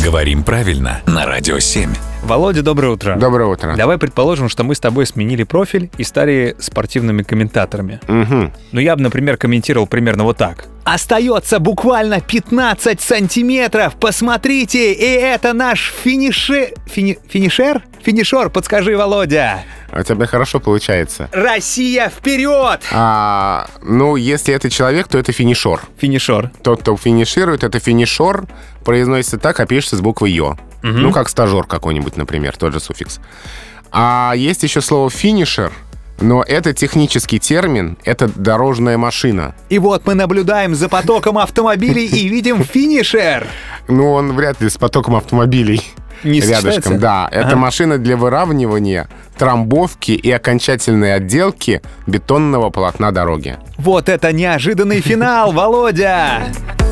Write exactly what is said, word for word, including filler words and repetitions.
Говорим правильно на Радио семь. Володя, доброе утро. Доброе утро. Давай предположим, что мы с тобой сменили профиль и стали спортивными комментаторами. Угу. Ну, я бы, например, комментировал примерно вот так. Остается буквально пятнадцать сантиметров. Посмотрите, и это наш финиши... Фини... финишер? Финишер, подскажи, Володя. У тебя хорошо получается. Россия вперед! А, ну, если это человек, то это финишер. Финишер. Тот, кто финиширует, это финишер, произносится так, а пишется с буквой «ё». Угу. Ну, как стажер какой-нибудь, например, тот же суффикс. А есть еще слово «финишер», но это технический термин, это дорожная машина. И вот мы наблюдаем за потоком автомобилей и видим финишер. Ну, он вряд ли с потоком автомобилей. Не Рядышком, сочетается? да. Это Ага. машина для выравнивания, трамбовки и окончательной отделки бетонного полотна дороги. Вот это неожиданный финал, Володя!